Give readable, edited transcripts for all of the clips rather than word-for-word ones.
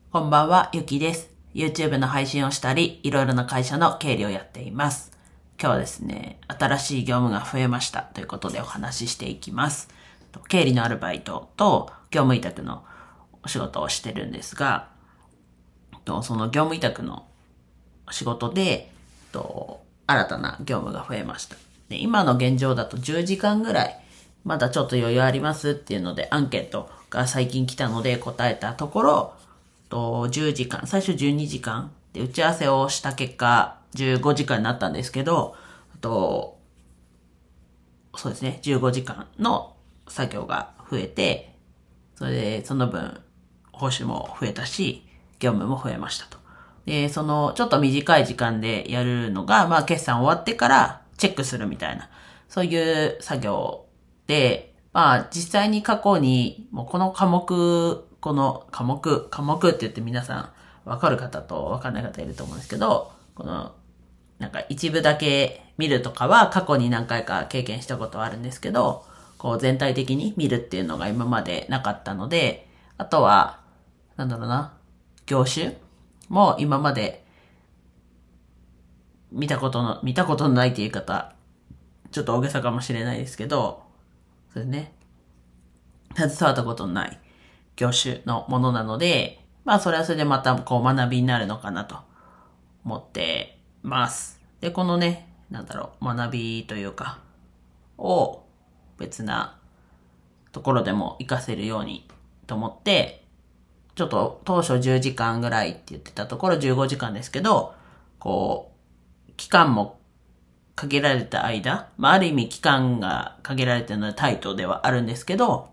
こんばんは、ゆきです。YouTube の配信をしたり、いろいろな会社の経理をやっています。今日はですね、新しい業務が増えましたということでお話ししていきます。経理のアルバイトと業務委託のお仕事をしてるんですが、その業務委託の仕事で、新たな業務が増えました。で、今の現状だと10時間ぐらい、まだちょっと余裕ありますっていうので、アンケートが最近来たので答えたところ、10時間、最初12時間で打ち合わせをした結果、15時間になったんですけど、そうですね、15時間の作業が増えて、それでその分、報酬も増えたし、業務も増えましたと。で、その、ちょっと短い時間でやるのが、決算終わってからチェックするみたいな、そういう作業で、実際に過去に、もうこの科目って言って皆さんわかる方とわかんない方いると思うんですけど、なんか一部だけ見るとかは過去に何回か経験したことはあるんですけど、全体的に見るっていうのが今までなかったので、あとは、業種も今まで見たことのないっていう言い方、ちょっと大げさかもしれないですけど、そうですね。携わったことのない業種のものなので、それはそれでまた学びになるのかなと思ってます。で、このね、学びというか、を別なところでも活かせるようにと思って、ちょっと当初10時間ぐらいって言ってたところ15時間ですけど、期間も限られた間、ある意味期間が限られてるのでタイトではあるんですけど、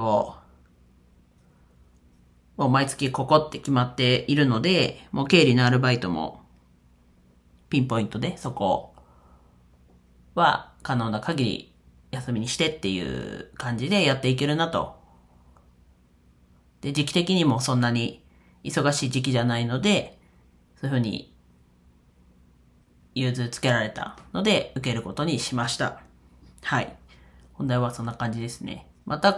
もう毎月ここって決まっているので、もう経理のアルバイトもピンポイントでそこは可能な限り休みにしてっていう感じでやっていけるなと。で、時期的にもそんなに忙しい時期じゃないので、そういうふうに融通つけられたので受けることにしました。はい。本題はそんな感じですね。また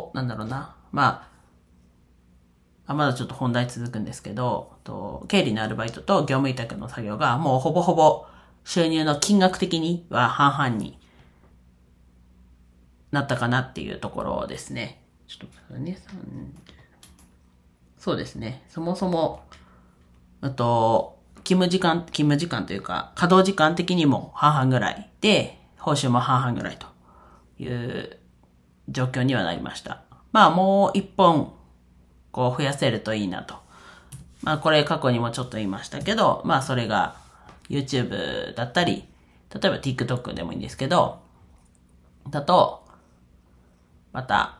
まだちょっと本題続くんですけど、経理のアルバイトと業務委託の作業がもうほぼほぼ収入の金額的には半々になったかなっていうところですね。ちょっと待ってね。そうですね。そもそも、勤務時間というか、稼働時間的にも半々ぐらいで、報酬も半々ぐらいという状況にはなりました。もう一本、増やせるといいなと。これ過去にもちょっと言いましたけど、それが YouTube だったり、例えば TikTok でもいいんですけど、だと、また、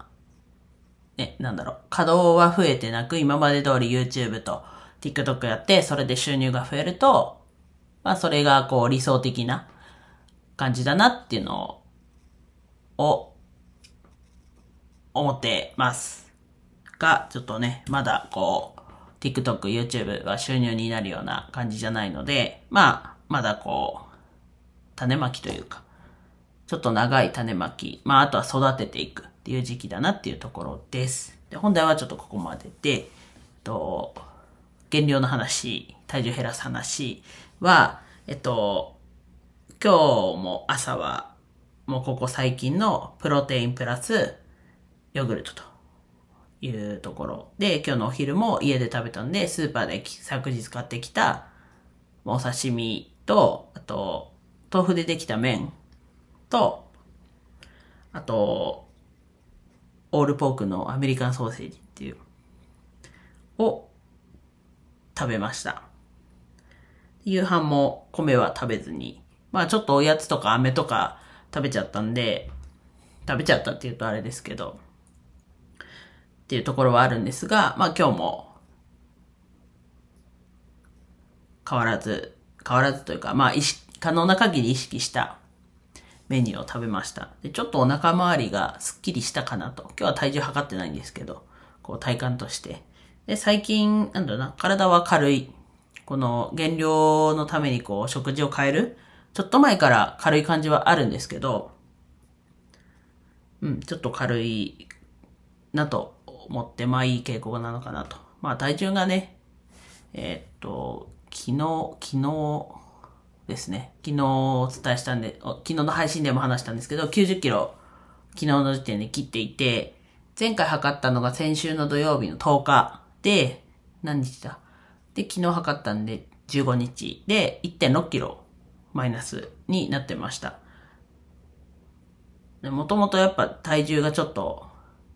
稼働は増えてなく、今まで通り YouTube と TikTok やって、それで収入が増えると、それが理想的な感じだなっていうのを思ってます。が、ちょっとね、まだTikTok、YouTube が収入になるような感じじゃないので、まだ種まきというか、ちょっと長い種まき、あとは育てていくっていう時期だなっていうところです。で、本題はちょっとここまでで、減量の話、体重減らす話は、今日も朝は、もうここ最近のプロテインプラスヨーグルトというところで、今日のお昼も家で食べたんで、スーパーで昨日買ってきたお刺身と、あと、豆腐でできた麺と、あと、オールポークのアメリカンソーセージっていう、を食べました。夕飯も米は食べずに、ちょっとおやつとか飴とか食べちゃったって言うとあれですけど、っていうところはあるんですが、今日も変わらずというか、可能な限り意識したメニューを食べました。で、ちょっとお腹周りがスッキリしたかなと。今日は体重測ってないんですけど、体感として。で、最近、体は軽い。この減量のために食事を変える。ちょっと前から軽い感じはあるんですけど、ちょっと軽いなと思って、いい傾向なのかなと。体重がね、 昨日ですね。昨日お伝えしたんで、昨日の配信でも話したんですけど、90キロ、昨日の時点で切っていて、前回測ったのが先週の土曜日の10日で、何日だで、昨日測ったんで15日で 1.6 キロマイナスになってました。もともとやっぱ体重がちょっと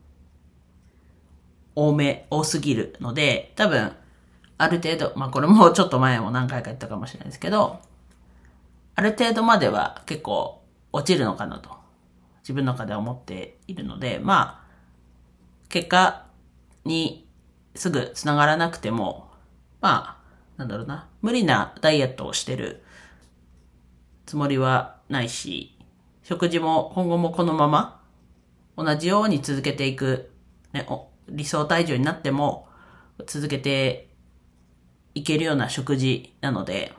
多すぎるので、多分、ある程度、これもちょっと前も何回か言ったかもしれないですけど、ある程度までは結構落ちるのかなと、自分の中では思っているので、結果にすぐ繋がらなくても、無理なダイエットをしてるつもりはないし、食事も今後もこのまま同じように続けていく、理想体重になっても続けていけるような食事なので、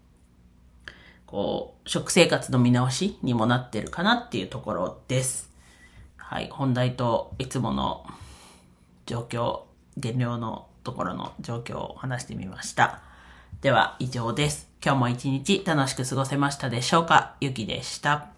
食生活の見直しにもなってるかなっていうところです。はい、本題といつもの状況、減量のところの状況を話してみました。では以上です。今日も一日楽しく過ごせましたでしょうか？ゆきでした。